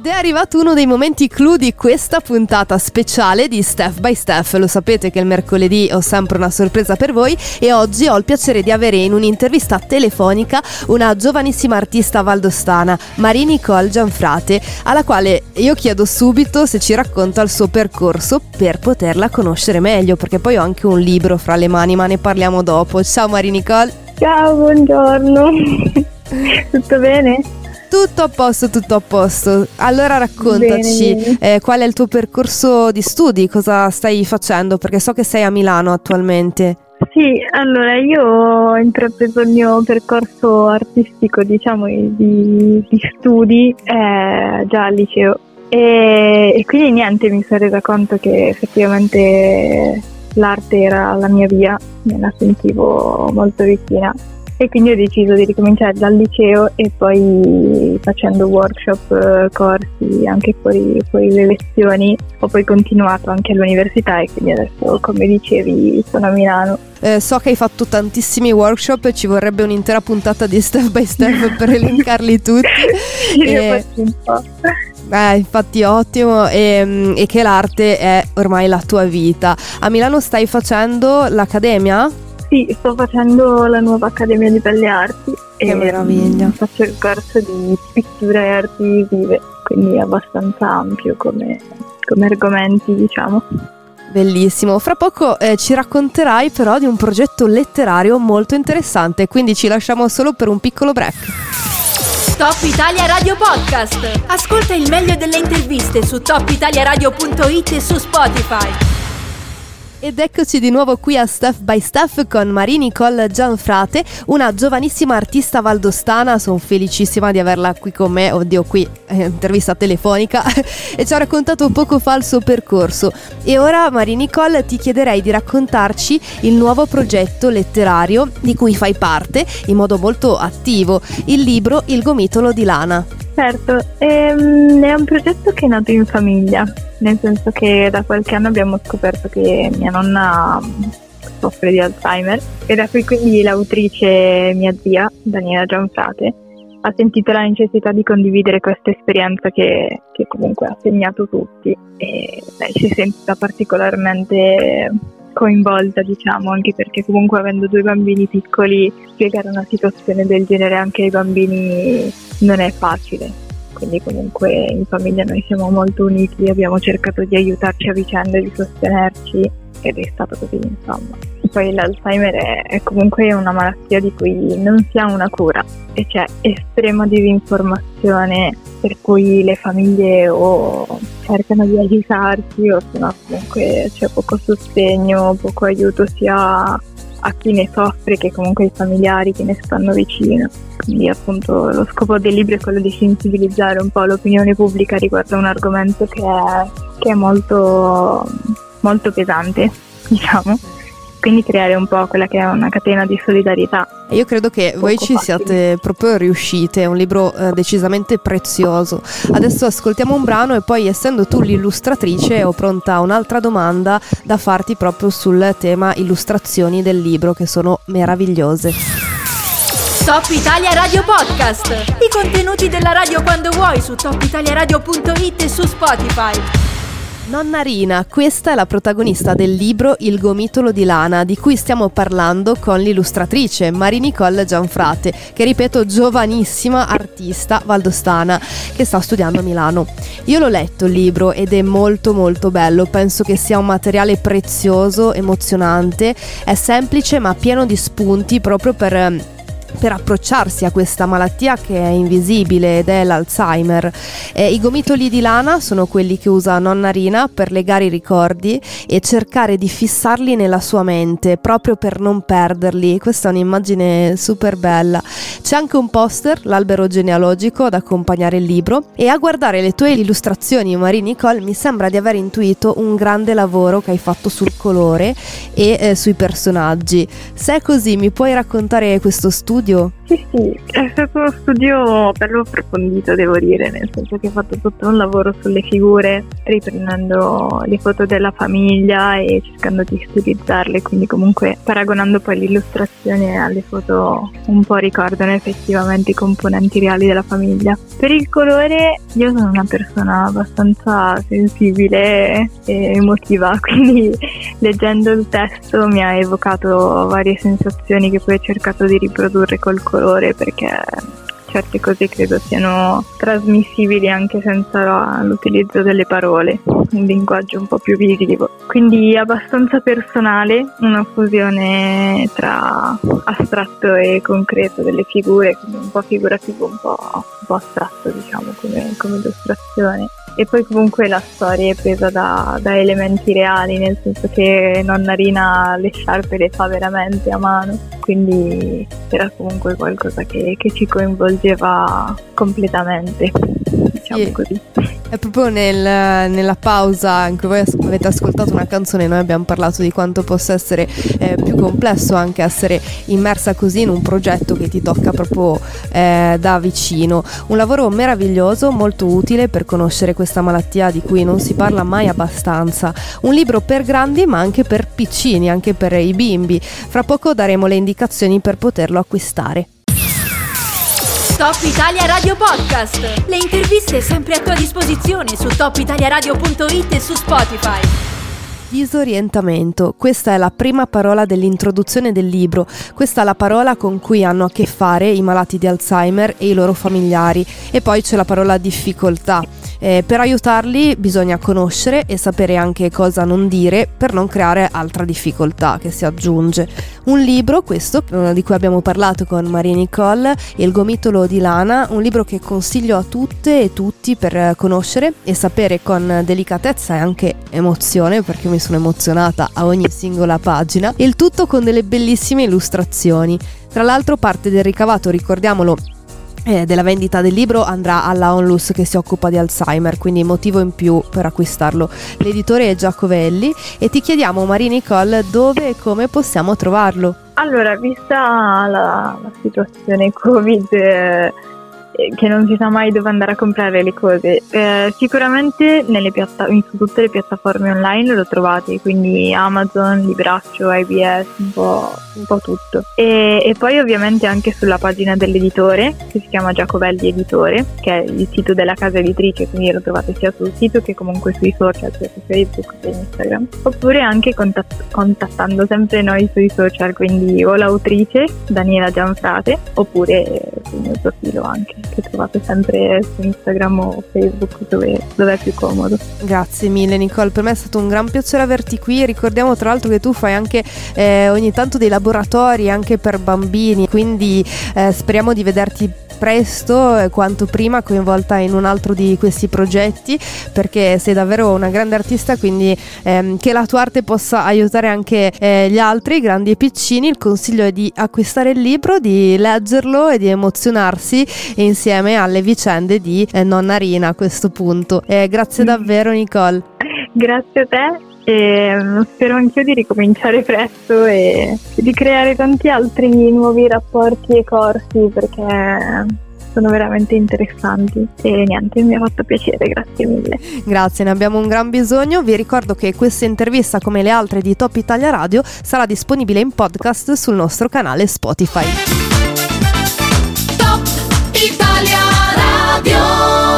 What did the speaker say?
Ed è arrivato uno dei momenti clou di questa puntata speciale di Step by Step. Lo sapete che il mercoledì ho sempre una sorpresa per voi e oggi ho il piacere di avere in un'intervista telefonica una giovanissima artista valdostana, Marie-Nicole Gianfrate, alla quale io chiedo subito se ci racconta il suo percorso per poterla conoscere meglio, perché poi ho anche un libro fra le mani, ma ne parliamo dopo. Ciao Marie-Nicole. Ciao, buongiorno. Tutto bene? Tutto a posto. Allora raccontaci, Bene. qual è il tuo percorso di studi, cosa stai facendo, perché so che sei a Milano attualmente. Sì, allora io ho intrapreso il mio percorso artistico, diciamo, di studi già al liceo e quindi niente, mi sono resa conto che effettivamente l'arte era la mia via, me la sentivo molto vicina. E quindi ho deciso di ricominciare dal liceo e poi facendo workshop, corsi, anche fuori le lezioni, ho poi continuato anche all'università e quindi adesso, come dicevi, sono a Milano. So che hai fatto tantissimi workshop e ci vorrebbe un'intera puntata di Step by Step per elencarli tutti. Io faccio un po'. Infatti ottimo e che l'arte è ormai la tua vita. A Milano stai facendo l'accademia? Sì, sto facendo la nuova Accademia di Belle Arti. Che meraviglia. Faccio il corso di pittura e arti vive, quindi è abbastanza ampio come argomenti, diciamo. Bellissimo. Fra poco ci racconterai però di un progetto letterario molto interessante, quindi ci lasciamo solo per un piccolo break. Top Italia Radio Podcast. Ascolta il meglio delle interviste su topitaliaradio.it e su Spotify. Ed eccoci di nuovo qui a Step by Step con Marie-Nicole Gianfrate, una giovanissima artista valdostana. Sono felicissima di averla qui con me, intervista telefonica, e ci ha raccontato poco fa il suo percorso. E ora Marie-Nicole ti chiederei di raccontarci il nuovo progetto letterario di cui fai parte in modo molto attivo, il libro Il gomitolo di lana. Certo, è un progetto che è nato in famiglia, nel senso che da qualche anno abbiamo scoperto che mia nonna soffre di Alzheimer e da qui quindi l'autrice, mia zia, Daniela Gianfrate, ha sentito la necessità di condividere questa esperienza che comunque ha segnato tutti e lei si è sentita particolarmente coinvolta, diciamo, anche perché comunque avendo 2 bambini piccoli spiegare una situazione del genere anche ai bambini non è facile, quindi comunque in famiglia noi siamo molto uniti, abbiamo cercato di aiutarci a vicenda, di sostenerci ed è stato così, insomma. E poi l'Alzheimer è comunque una malattia di cui non si ha una cura e c'è estrema disinformazione, per cui le famiglie o cercano di aiutarsi o se no comunque c'è poco sostegno, poco aiuto sia a chi ne soffre che comunque ai familiari che ne stanno vicino. Quindi appunto lo scopo del libro è quello di sensibilizzare un po' l'opinione pubblica riguardo a un argomento che è molto, molto pesante, diciamo. Quindi creare un po' quella che è una catena di solidarietà. Io credo che voi ci siate proprio riuscite, è un libro decisamente prezioso. Adesso ascoltiamo un brano e poi, essendo tu l'illustratrice, ho pronta un'altra domanda da farti proprio sul tema illustrazioni del libro, che sono meravigliose. Top Italia Radio Podcast. I contenuti della radio quando vuoi su topitaliaradio.it e su Spotify. Nonna Rina, questa è la protagonista del libro Il gomitolo di lana, di cui stiamo parlando con l'illustratrice Marie-Nicole Gianfrate, che ripeto giovanissima artista valdostana che sta studiando a Milano. Io l'ho letto il libro ed è molto molto bello, penso che sia un materiale prezioso, emozionante, è semplice ma pieno di spunti proprio per approcciarsi a questa malattia che è invisibile ed è l'Alzheimer. I gomitoli di lana sono quelli che usa nonna Rina per legare i ricordi e cercare di fissarli nella sua mente proprio per non perderli. Questa è un'immagine super bella. C'è anche un poster, l'albero genealogico, ad accompagnare il libro, e a guardare le tue illustrazioni, Marie-Nicole, mi sembra di aver intuito un grande lavoro che hai fatto sul colore e sui personaggi. Se è così, mi puoi raccontare questo studio? Sì, è stato uno studio bello approfondito, devo dire, nel senso che ho fatto tutto un lavoro sulle figure, riprendendo le foto della famiglia e cercando di stilizzarle, quindi comunque paragonando poi l'illustrazione alle foto un po' ricordano effettivamente i componenti reali della famiglia. Per il colore io sono una persona abbastanza sensibile e emotiva, quindi leggendo il testo mi ha evocato varie sensazioni che poi ho cercato di riprodurre col colore, perché certe cose credo siano trasmissibili anche senza l'utilizzo delle parole, un linguaggio un po' più visivo. Quindi abbastanza personale, una fusione tra astratto e concreto delle figure, quindi un po' figurativo, un po' astratto, diciamo, come illustrazione. E poi comunque la storia è presa da elementi reali, nel senso che nonna Rina le sciarpe le fa veramente a mano, quindi era comunque qualcosa che ci coinvolgeva completamente, diciamo così. È proprio nella pausa in cui voi avete ascoltato una canzone, noi abbiamo parlato di quanto possa essere più complesso anche essere immersa così in un progetto che ti tocca proprio da vicino. Un lavoro meraviglioso, molto utile per conoscere questa malattia di cui non si parla mai abbastanza. Un libro per grandi ma anche per piccini, anche per i bimbi. Fra poco daremo le indicazioni per poterlo acquistare. Top Italia Radio Podcast. Le interviste sempre a tua disposizione su topitaliaradio.it e su Spotify. Disorientamento, questa è la prima parola dell'introduzione del libro. Questa è la parola con cui hanno a che fare i malati di Alzheimer e i loro familiari. E poi c'è la parola difficoltà. Per aiutarli bisogna conoscere e sapere anche cosa non dire per non creare altra difficoltà che si aggiunge. Un libro, questo, di cui abbiamo parlato con Maria Nicole, Il gomitolo di lana, un libro che consiglio a tutte e tutti per conoscere e sapere con delicatezza e anche emozione, perché mi sono emozionata a ogni singola pagina, il tutto con delle bellissime illustrazioni. Tra l'altro parte del ricavato, ricordiamolo, della vendita del libro andrà alla Onlus che si occupa di Alzheimer, quindi motivo in più per acquistarlo. L'editore è Giacovelli e ti chiediamo, Maria Nicole, dove e come possiamo trovarlo? Allora, vista la situazione Covid, che non si sa mai dove andare a comprare le cose, sicuramente su tutte le piattaforme online lo trovate, quindi Amazon, Libraccio, IBS, un po' tutto, e poi ovviamente anche sulla pagina dell'editore che si chiama Giacovelli Editore, che è il sito della casa editrice, quindi lo trovate sia sul sito che comunque sui social, sia su Facebook che Instagram, oppure anche contattando sempre noi sui social, quindi o l'autrice Daniela Gianfrate oppure sul mio profilo anche, che trovate sempre su Instagram o Facebook, dove è più comodo. Grazie mille Nicole, per me è stato un gran piacere averti qui. Ricordiamo tra l'altro che tu fai anche ogni tanto dei laboratori anche per bambini, quindi speriamo di vederti presto, quanto prima, coinvolta in un altro di questi progetti, perché sei davvero una grande artista, quindi che la tua arte possa aiutare anche gli altri, grandi e piccini. Il consiglio è di acquistare il libro, di leggerlo e di emozionarsi insieme alle vicende di nonna Rina a questo punto. Grazie davvero Nicole. Grazie a te. E spero anch'io di ricominciare presto e di creare tanti altri nuovi rapporti e corsi, perché sono veramente interessanti e niente, mi ha fatto piacere, grazie mille. Grazie, ne abbiamo un gran bisogno. Vi ricordo che questa intervista, come le altre di Top Italia Radio, sarà disponibile in podcast sul nostro canale Spotify. Top Italia Radio.